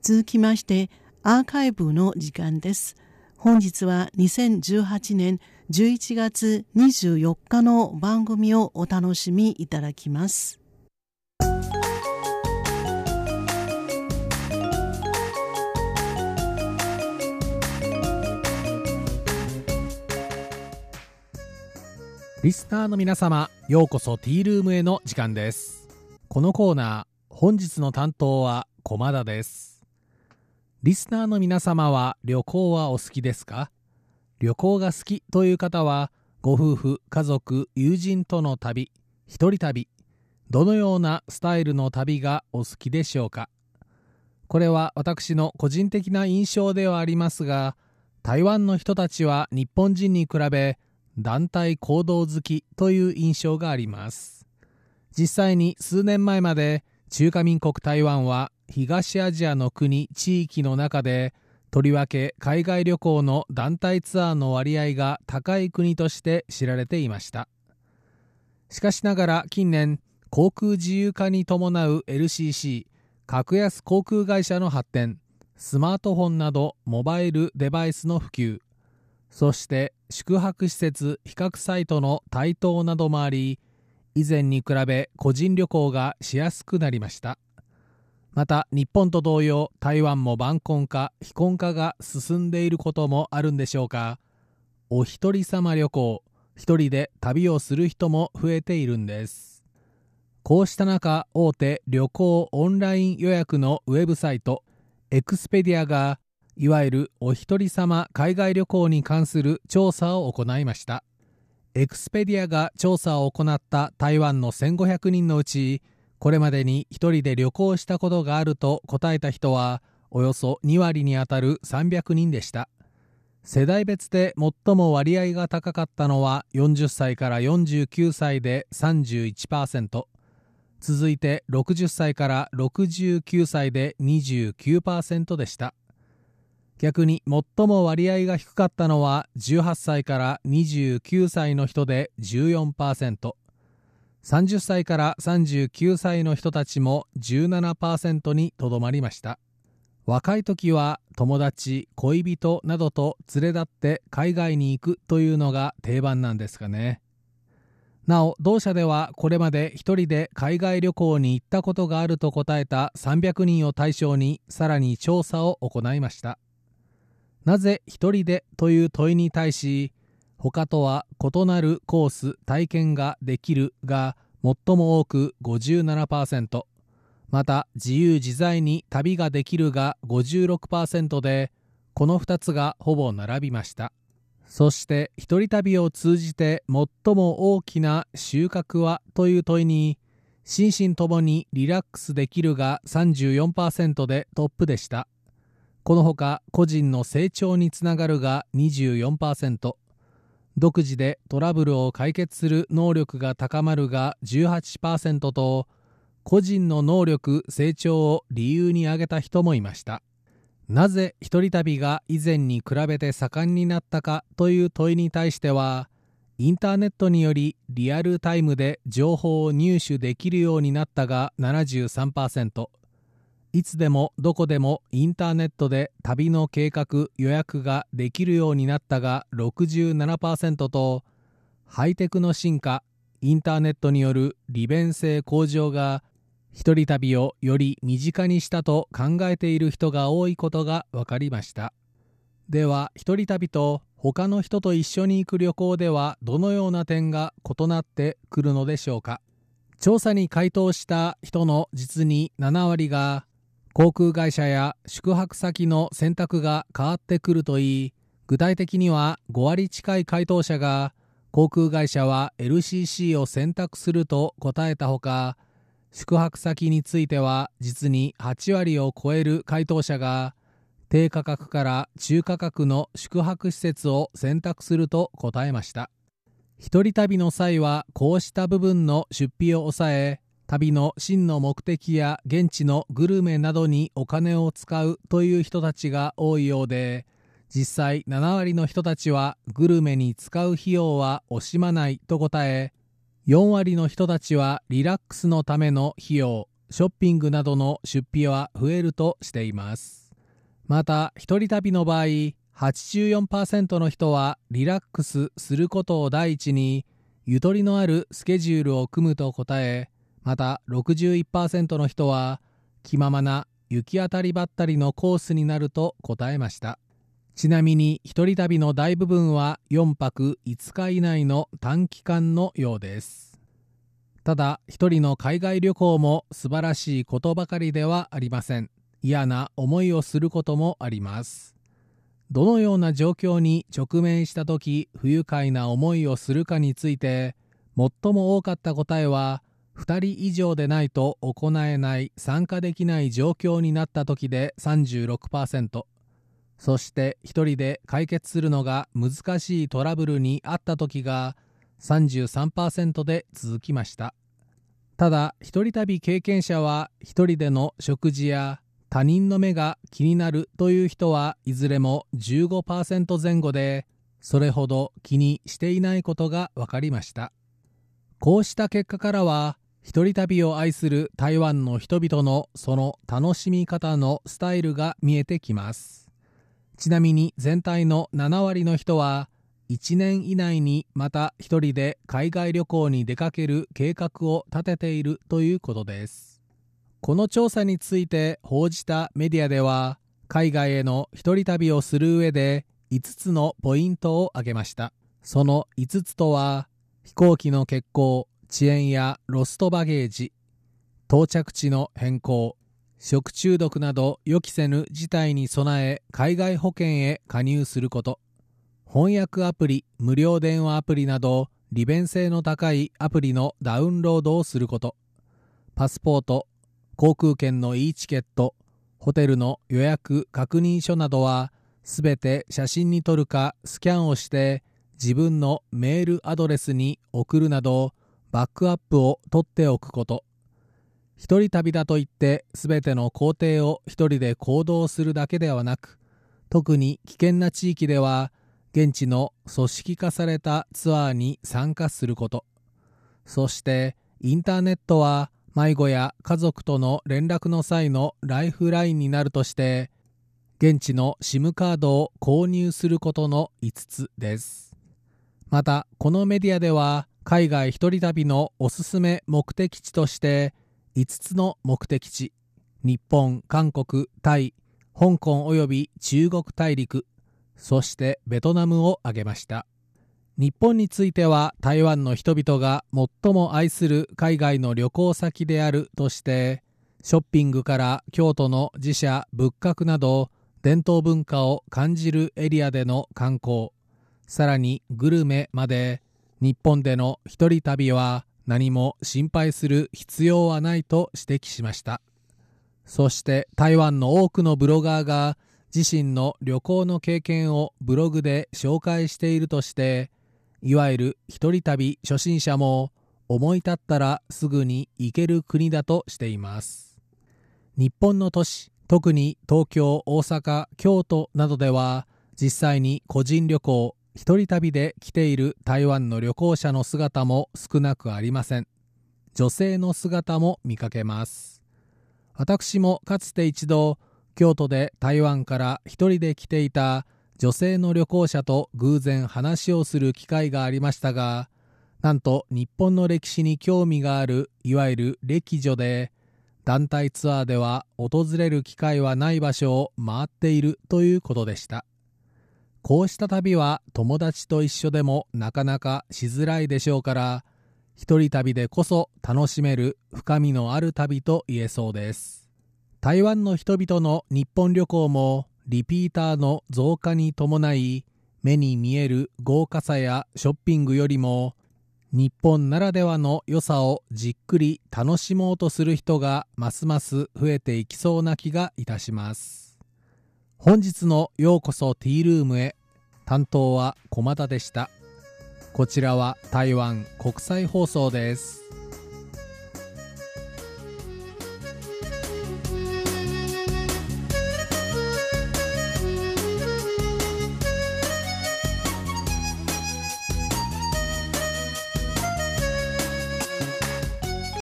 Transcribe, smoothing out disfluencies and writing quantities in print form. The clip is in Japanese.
続きましてアーカイブの時間です。本日は2018年11月24日の番組をお楽しみいただきます。 リスナーの皆様、ようこそティールームへの時間です。このコーナー、本日の担当は駒田です。リスナーの皆様は旅行はお好きですか？旅行が好きという方は、ご夫婦、家族、友人との旅、一人旅、どのようなスタイルの旅がお好きでしょうか？これは私の個人的な印象ではありますが、台湾の人たちは日本人に比べ、団体行動好きという印象があります。実際に数年前まで中華民国台湾は東アジアの国地域の中でとりわけ海外旅行の団体ツアーの割合が高い国として知られていました。しかしながら近年航空自由化に伴う LCC 格安航空会社の発展、スマートフォンなどモバイルデバイスの普及、そして宿泊施設比較サイトの台頭などもあり、以前に比べ個人旅行がしやすくなりました。また日本と同様、台湾も晩婚化非婚化が進んでいることもあるんでしょうか。お一人様旅行、一人で旅をする人も増えているんです。こうした中、大手旅行オンライン予約のウェブサイトエクスペディアがいわゆるお一人様海外旅行に関する調査を行いました。エクスペディアが調査を行った台湾の1500人のうち、これまでに一人で旅行したことがあると答えた人はおよそ2割にあたる300人でした。世代別で最も割合が高かったのは40歳から49歳で 31%、続いて60歳から69歳で 29% でした。逆に最も割合が低かったのは18歳から29歳の人で 14%、30歳から39歳の人たちも 17% にとどまりました。若い時は友達、恋人などと連れ立って海外に行くというのが定番なんですかね。なお、同社ではこれまで一人で海外旅行に行ったことがあると答えた300人を対象にさらに調査を行いました。なぜ一人でという問いに対し、他とは異なるコース・体験ができるが最も多く 57%、また自由自在に旅ができるが 56% で、この2つがほぼ並びました。そして一人旅を通じて最も大きな収穫はという問いに、心身ともにリラックスできるが 34% でトップでした。このほか個人の成長につながるが 24%、独自でトラブルを解決する能力が高まるが 18% と、個人の能力成長を理由に挙げた人もいました。なぜ一人旅が以前に比べて盛んになったかという問いに対しては、インターネットによりリアルタイムで情報を入手できるようになったが 73%、いつでもどこでもインターネットで旅の計画・予約ができるようになったが 67% と、ハイテクの進化、インターネットによる利便性向上が一人旅をより身近にしたと考えている人が多いことが分かりました。では、一人旅と他の人と一緒に行く旅行ではどのような点が異なってくるのでしょうか。調査に回答した人の実に7割が、航空会社や宿泊先の選択が変わってくるといい、具体的には5割近い回答者が航空会社は LCC を選択すると答えたほか、宿泊先については実に8割を超える回答者が低価格から中価格の宿泊施設を選択すると答えました。一人旅の際はこうした部分の出費を抑え、旅の真の目的や現地のグルメなどにお金を使うという人たちが多いようで、実際7割の人たちはグルメに使う費用は惜しまないと答え、4割の人たちはリラックスのための費用、 ショッピングなどの出費は増えるとしています。また一人旅の場合、84% の人はリラックスすることを第一にゆとりのあるスケジュールを組むと答え、また 61% の人は気ままな行き当たりばったりのコースになると答えました。ちなみに一人旅の大部分は4泊5日以内の短期間のようです。ただ一人の海外旅行も素晴らしいことばかりではありません。嫌な思いをすることもあります。どのような状況に直面したとき不愉快な思いをするかについて、最も多かった答えは2人以上でないと行えない参加できない状況になったときで 36%、 そして1人で解決するのが難しいトラブルにあったときが 33% で続きました。ただ一人旅経験者は一人での食事や他人の目が気になるという人はいずれも 15% 前後で、それほど気にしていないことが分かりました。こうした結果からは一人旅を愛する台湾の人々のその楽しみ方のスタイルが見えてきます。ちなみに全体の7割の人は1年以内にまた一人で海外旅行に出かける計画を立てているということです。この調査について報じたメディアでは、海外への一人旅をする上で5つのポイントを挙げました。その5つとは、飛行機の欠航、遅延やロストバゲージ、到着地の変更、食中毒など予期せぬ事態に備え海外保険へ加入すること、翻訳アプリ、無料電話アプリなど利便性の高いアプリのダウンロードをすること、パスポート、航空券の e チケット、ホテルの予約確認書などはすべて写真に撮るかスキャンをして自分のメールアドレスに送るなどバックアップを取っておくこと。一人旅だといってすべての工程を一人で行動するだけではなく、特に危険な地域では現地の組織化されたツアーに参加すること。そしてインターネットは迷子や家族との連絡の際のライフラインになるとして、現地の SIM カードを購入することの5つです。また、このメディアでは、海外一人旅のおすすめ目的地として、5つの目的地、日本、韓国、タイ、香港および中国大陸、そしてベトナムを挙げました。日本については台湾の人々が最も愛する海外の旅行先であるとして、ショッピングから京都の寺社仏閣など伝統文化を感じるエリアでの観光、さらにグルメまで日本での一人旅は何も心配する必要はないと指摘しました。そして台湾の多くのブロガーが自身の旅行の経験をブログで紹介しているとして、いわゆる一人旅初心者も思い立ったらすぐに行ける国だとしています。日本の都市、特に東京、大阪、京都などでは実際に個人旅行、一人旅で来ている台湾の旅行者の姿も少なくありません。女性の姿も見かけます。私もかつて一度京都で台湾から一人で来ていた女性の旅行者と偶然話をする機会がありましたが、なんと日本の歴史に興味があるいわゆる歴女で、団体ツアーでは訪れる機会はない場所を回っているということでした。こうした旅は友達と一緒でもなかなかしづらいでしょうから、一人旅でこそ楽しめる深みのある旅と言えそうです。台湾の人々の日本旅行もリピーターの増加に伴い、目に見える豪華さやショッピングよりも日本ならではの良さをじっくり楽しもうとする人がますます増えていきそうな気がいたします。本日のようこそティールームへ、担当は駒田でした。こちらは台湾国際放送です。